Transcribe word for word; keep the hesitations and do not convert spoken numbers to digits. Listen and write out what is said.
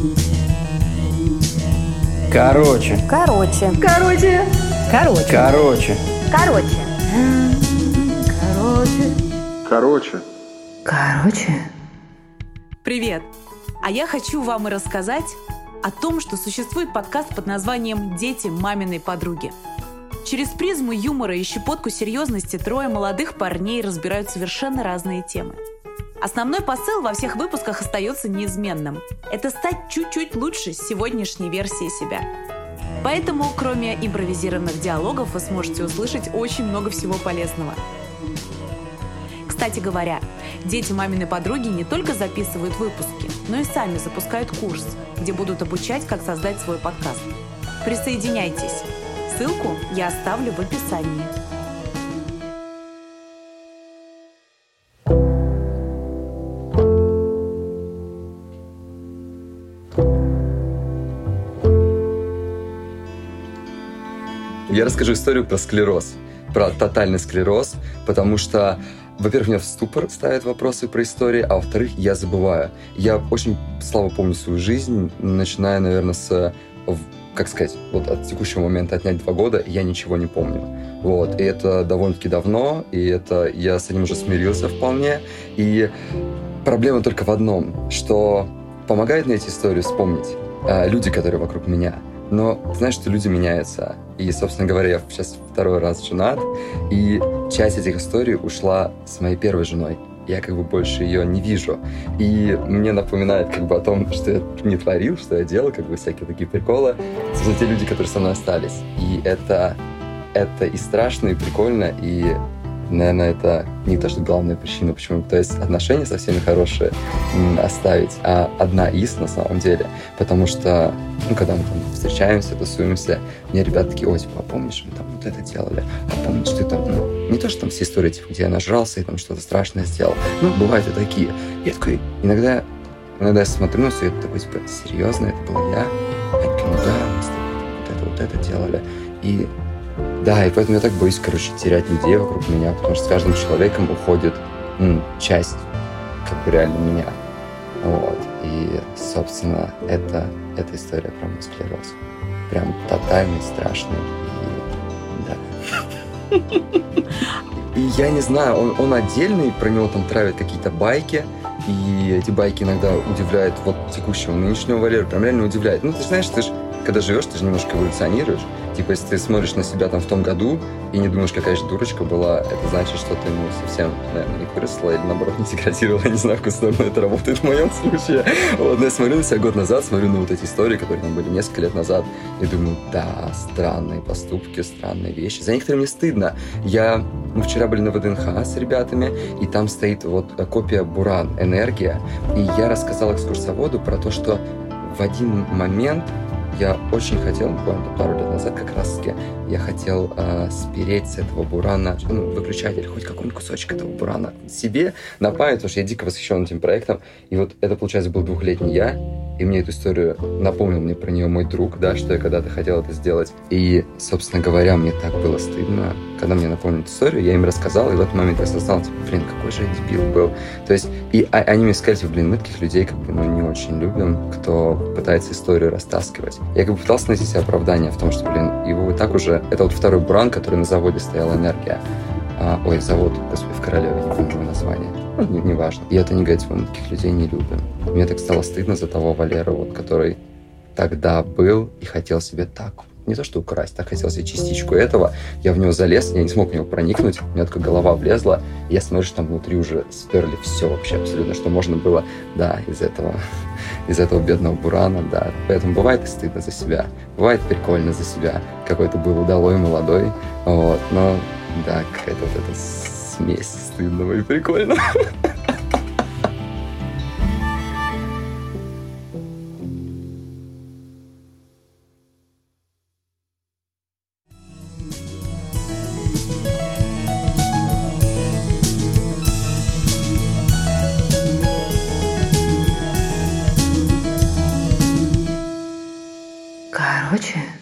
Короче. Короче. Короче. Короче. Короче. Короче. Короче. Короче. Короче. Привет! А я хочу вам и рассказать о том, что существует подкаст под названием «Дети маминой подруги». Через призму юмора и щепотку серьезности трое молодых парней разбирают совершенно разные темы. Основной посыл во всех выпусках остается неизменным. Это стать чуть-чуть лучше сегодняшней версии себя. Поэтому, кроме импровизированных диалогов, вы сможете услышать очень много всего полезного. Кстати говоря, дети маминой подруги не только записывают выпуски, но и сами запускают курс, где будут обучать, как создать свой подкаст. Присоединяйтесь. Ссылку я оставлю в описании. Я расскажу историю про склероз, про тотальный склероз, потому что, во-первых, меня в ступор ставят вопросы про истории, а во-вторых, я забываю. Я очень слабо помню свою жизнь, начиная, наверное, с, как сказать, вот от текущего момента отнять два года, я ничего не помню. Вот, и это довольно-таки давно, и это я с этим уже смирился вполне. И проблема только в одном, что помогает мне эти истории вспомнить а, люди, которые вокруг меня. Но знаешь, что люди меняются. И, собственно говоря, я сейчас второй раз женат, и часть этих историй ушла с моей первой женой. Я как бы больше ее не вижу. И мне напоминает как бы о том, что я не творил, что я делал, как бы всякие такие приколы. Собственно, те люди, которые со мной остались. И это, это и страшно, и прикольно, и, наверное, это не то, что главная причина, почему. То есть отношения со всеми хорошие м, оставить, а одна из на самом деле. Потому что, ну, когда мы там встречаемся, тусуемся, мне ребята такие: ой, типа, а помнишь, мы там вот это делали, а помнишь, ты там, ну, не то, что там все истории, типа, где я нажрался и там что-то страшное сделал. Ну, бывают и такие. Я такой, иногда, иногда я смотрю на все, это такой, типа, серьезно, это был я? Я такой, ну да, мы с тобой вот это, вот это делали. И да, и поэтому я так боюсь, короче, терять людей вокруг меня, потому что с каждым человеком уходит ну, часть, как бы, реально меня. Вот. И, собственно, это, это история про мой склероз. Прям тотальный, страшный. И, да. И я не знаю, он, он отдельный, про него там травят какие-то байки, и эти байки иногда удивляют вот текущего, нынешнего Валеру, прям реально удивляют. Ну, ты знаешь, ты же, когда живешь, ты же немножко эволюционируешь. Типа, если ты смотришь на себя там в том году и не думаешь, какая же дурочка была, это значит, что ты, ну, совсем, наверное, не выросла или, наоборот, не деградировала. Я не знаю, в какую сторону это работает в моем случае. Вот, но я смотрю на себя год назад, смотрю на вот эти истории, которые там были несколько лет назад, и думаю, да, странные поступки, странные вещи. За некоторые мне стыдно. Я, мы вчера были на ВДНХ с ребятами, и там стоит вот копия Буран «Энергия», и я рассказал экскурсоводу про то, что в один момент я очень хотел, буквально пару лет назад как раз-таки, я хотел э, спереть с этого бурана, ну, выключатель, хоть какой-нибудь кусочек этого бурана себе на память, потому что я дико восхищен этим проектом. И вот это, получается, был двухлетний я, и мне эту историю напомнил мне про нее мой друг, да, что я когда-то хотел это сделать. И, собственно говоря, мне так было стыдно, когда мне напомнили эту историю, я им рассказал, и в этот момент я осознал, типа, блин, какой же я дебил был. То есть, и а, они мне сказали, типа, блин, мы таких людей как бы, ну, не очень любим, кто пытается историю растаскивать. Я как бы пытался найти себе оправдание в том, что, блин, его вот так уже... Это вот второй буран, который на заводе стояла «Энергия». А, ой, завод, господи, в Королеве, не помню его название. Ну, не, не важно. И это не говорит, типа, мы таких людей не любим. Мне так стало стыдно за того Валеру, вот, который тогда был и хотел себе так, не то что украсть, так хотел себе частичку этого. Я в него залез, я не смог в него проникнуть, у меня такая голова влезла, и я смотрю, что там внутри уже сперли все вообще абсолютно, что можно было, да, из этого, из этого бедного бурана, да. Поэтому бывает и стыдно за себя, бывает прикольно за себя, какой ты был удалой, молодой, вот, но, да, какая-то вот эта смесь стыдного и прикольного. Короче.